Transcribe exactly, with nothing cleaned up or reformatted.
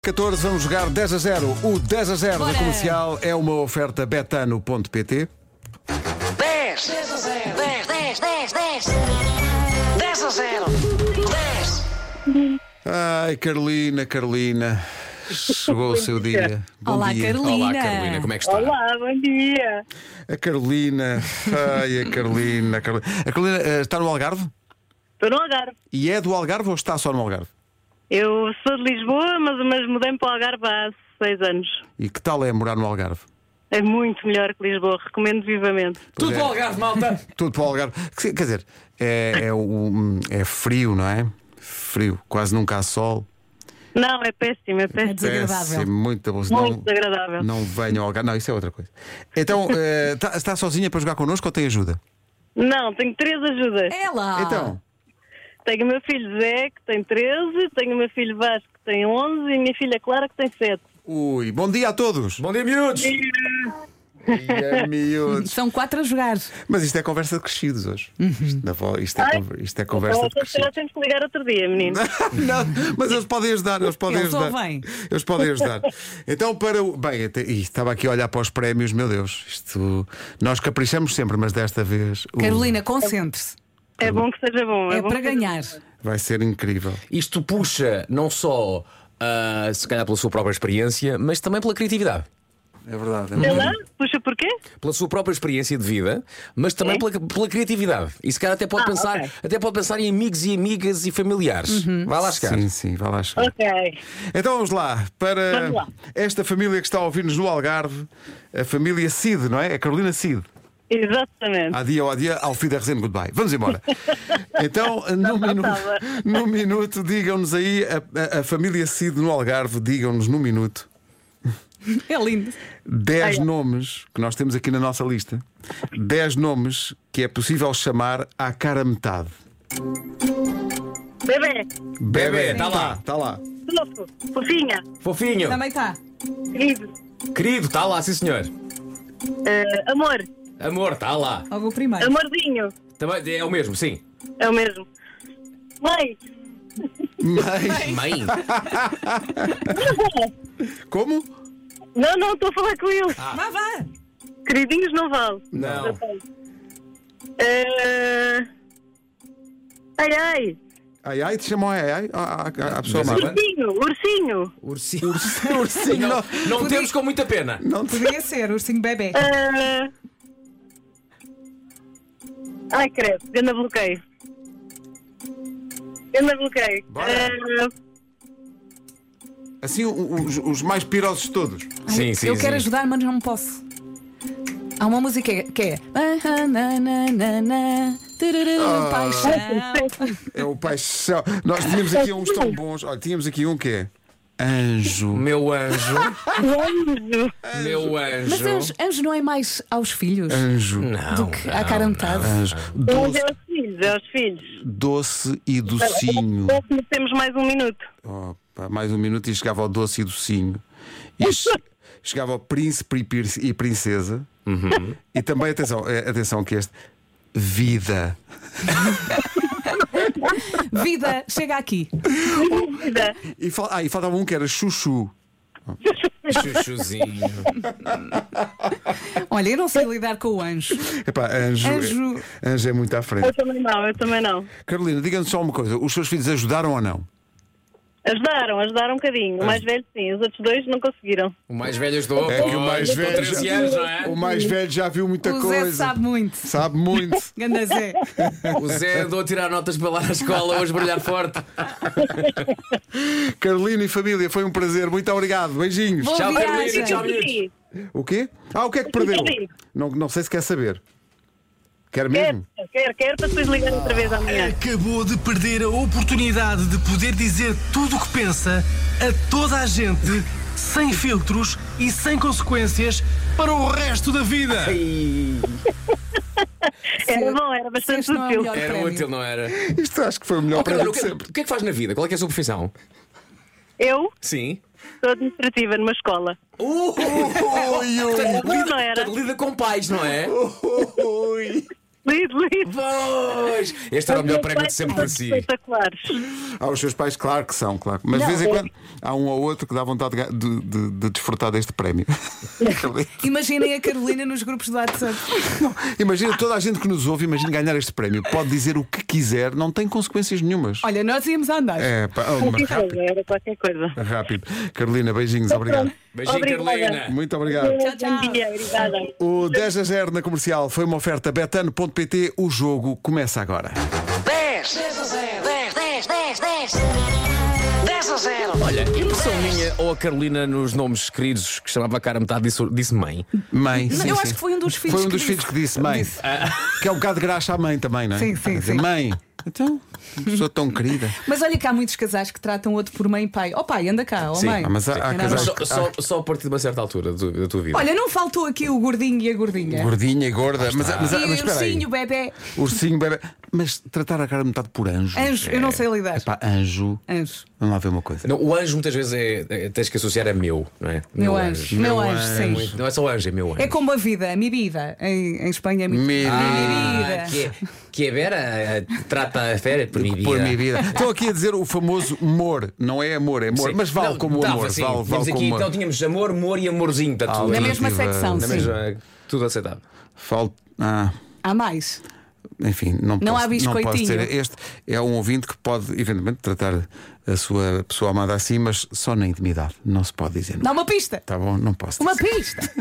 catorze, vamos jogar dez a zero. O dez a zero Bora. da Comercial é uma oferta betano ponto pt. dez, dez a zero, dez, dez, dez, dez, dez a zero, dez. Ai, Carolina, Carolina, chegou o seu dia. Bom Olá, dia. Carolina. Olá, Carolina, como é que está? Olá, bom dia. A Carolina, ai, a Carolina, a Carolina. A Carolina eh, está no Algarve? Estou no Algarve. E é do Algarve ou está só no Algarve? Eu sou de Lisboa, mas, mas mudei-me para o Algarve há seis anos. E que tal é morar no Algarve? É muito melhor que Lisboa, recomendo vivamente. Tudo é. para o Algarve, malta! Tudo para o Algarve. Quer quer dizer, é, é, o- é frio, não é? Frio, quase nunca há sol. Não, é péssimo, é É péssimo. desagradável. Péssimo, muito bom. Muito desagradável. Não venham ao Algarve. Não, isso é outra coisa. Então, eh, tá- está sozinha para jogar connosco ou tem ajuda? Não, tenho três ajudas. É lá. Então, Tenho o meu filho Zé, que tem treze, tenho o meu filho Vasco, que tem onze, e a minha filha Clara, que tem sete. ui, bom dia a todos. Bom dia, miúdos! E a miúdos. São quatro a jogar. Mas isto é conversa de crescidos hoje. Isto, na vo- isto, é, Ai. conver- isto é conversa de Então, se calhar crescidos. temos que ligar outro dia, menino. Não, mas eles podem ajudar, eles podem Eles ajudar. ouvem. Eles podem ajudar. Então, para o. Bem, até- ih, estava aqui a olhar para os prémios, meu Deus. Isto. Nós caprichamos sempre, mas desta vez. o- Carolina, concentre-se. É bom que seja bom. É bom para que seja ganhar. Vai ser incrível. Isto puxa não só, ah, se calhar, pela sua própria experiência, mas também pela criatividade. É verdade. É bom. verdade. Ela? Puxa porquê? Pela sua própria experiência de vida, mas também É? pela, pela criatividade. E se calhar até pode, Ah, pensar, ok. até pode pensar em amigos e amigas e familiares. Vai lá chegar. Sim, sim, vai lá chegar. Ok. Então vamos lá, para Vamos lá. esta família que está a ouvir-nos no Algarve, a família Cid, não é? A Carolina Cid. Exatamente. Há dia ou há dia, Alfida Rezende, goodbye. Vamos embora. Então, no, minu estava. no minuto, digam-nos aí, a, a- a família Cid no Algarve, digam-nos no minuto, É lindo. dez Ai, ai. nomes que nós temos aqui na nossa lista, dez nomes que é possível chamar à cara metade. Bebê, Bebê, tá lá. Está lá. fofo, fofinha, Fofinho, Também está. querido, querido, está lá, sim senhor. eh, amor, Amor, está lá. Logo o primeiro. amorzinho, Também é o mesmo, sim. é o mesmo. Mãe, Mas, Mãe. como? não, não, estou a falar com ele. Vá, vá. Queridinhos não vale. Não. Eh, Ai, ai, Ai ai, te chamam ai ai à, à, à pessoa Mas- amada. ursinho, ursinho, Ursinho. Ursinho, Não, não, não temos com muita pena. não te... Poderia ser, ursinho bebê. Eh, Ai, credo, ganda bloqueio. Ganda bloqueio. Bora. Eh, Assim, o- os, os mais pirosos de todos. Ai, Sim, sim, Eu sim. quero ajudar, mas não posso. Há uma música que é. Ah, na, na, na, na, tururu, Paixão. É o paixão. Nós tínhamos aqui uns tão bons. Olha, tínhamos aqui um que é Anjo. Meu anjo, Anjo. meu Mas anjo. anjo, anjo não é mais aos filhos Anjo. Não, do que à não, cara não. metade? Anjo. Mas Doce, é aos filhos, é aos filhos. doce e docinho. Então, temos mais um minuto. Opa, mais um minuto e chegava ao doce e docinho. E che- chegava ao príncipe e pir- e princesa. E também, atenção, eh, atenção que este. Vida. Vida, chega aqui. Vida. E, fal- ah, e faltava um que era chuchu. Chuchuzinho. Olha, eu não sei lidar com o anjo. Epá, anjo, Anjo. É, anjo é muito à frente. Eu também não, eu também não. Carolina, diga-nos só uma coisa: os seus filhos ajudaram ou não? Ajudaram, ajudaram um bocadinho. O mais velho sim, os outros dois não conseguiram. O mais velho ajudou. É que o mais Com velho treze já- anos, não é? O mais velho já viu muita O Zé coisa. sabe muito. Sabe muito. Ganda Zé. O Zé andou a tirar notas para lá na escola, hoje brilhar forte. Carolina e família, foi um prazer. Muito obrigado. Beijinhos. Boa Tchau, viagem. Carolina. Tchau, miúdos. O quê? Ah, o que é que perdeu? Não, não sei se quer saber. Quer mesmo? Quero, quero, quero para depois ligar outra vez amanhã. Acabou de perder a oportunidade de poder dizer tudo o que pensa a toda a gente, sem filtros e sem consequências, para o resto da vida. Era bom, era Se bastante este não é o útil. melhor Era prémio. útil, não era? Isto acho que foi o melhor Oh, para Carolina, mim o de que, sempre. o que é que faz na vida? Qual é que é a sua profissão? Eu Sim. sou administrativa numa escola. Uh, Ui, ui, Não era. Portanto, lida com pais, não é? ui. Lido, lido. Pois! Este era o melhor prémio de sempre para si. Espetaculares. Ah, os seus pais, claro que são, claro. Mas de Não, vez em é- quando há um ou outro que dá vontade de, de, de- de desfrutar deste prémio. Imaginem a Carolina nos grupos do WhatsApp. Imagina toda a gente que nos ouve, imagina ganhar este prémio. Pode dizer o que quiser, não tem consequências nenhumas. Olha, nós íamos a andar. É, pá, oh, mas Qualquer rápido, coisa, era qualquer coisa. rápido. Carolina, beijinhos, obrigado. Beijinho, Obrigada. Carolina. Muito obrigado. Tchau, tchau. Bom dia, obrigada. O dez a zero na comercial foi uma oferta betano ponto pt. O jogo começa agora. dez, dez a zero, dez, dez, dez, dez. dez a zero. Olha, impressão minha ou a Carolina nos nomes queridos que chamava a cara a metade disse, disse mãe. Mãe, Não, sim, eu sim. acho que foi um dos filhos Foi um que dos disse. filhos que disse mãe. Disse. Que é um bocado de graxa à mãe também, não é? Sim, sim, Quer dizer, sim. mãe, então, sou tão querida. Mas olha que há muitos casais que tratam outro por mãe e pai. Ó pai, anda cá, ó Sim. mãe. Ah, mas há- há Não é casais nada. Só, que- só, só a partir de uma certa altura da, da tua vida. Olha, não faltou aqui o gordinho e a gordinha. Gordinha e gorda. Mas, mas, mas, E o espera aí. ursinho, bebê. Ursinho, bebê. Mas tratar a cara metade por anjo. Anjo, eu não sei lidar. Epá, anjo. Anjo. Vamos lá ver uma coisa. Não, o anjo muitas vezes é, é- tens que associar a meu, não é? Meu anjo. Meu anjo, sim. Muito- Não é só anjo, é meu anjo. É como a vida, mi vida. Em, em Espanha é mi, Mi Ah, mi Ah, vida. que, é- que é Vera eh, trata a fera por minha vida. Por minha vida. Estão aqui a dizer o famoso amor. Não é amor, é amor. Sim. Mas vale Não, como dava, amor. sim. Vale, Tínhamos vale aqui, como então amor. tínhamos amor, amor e amorzinho. Tá tudo, Na Alternativa. mesma secção, na sim. mesma, tudo aceitável. Falta. Ah. Há mais. Enfim, não, Não posso, há não posso biscoitinho. ter. Este é um ouvinte que pode, eventualmente, tratar a sua pessoa amada assim, mas só na intimidade. Não se pode dizer. Dá uma pista. Tá bom? Não posso. Uma dizer. pista.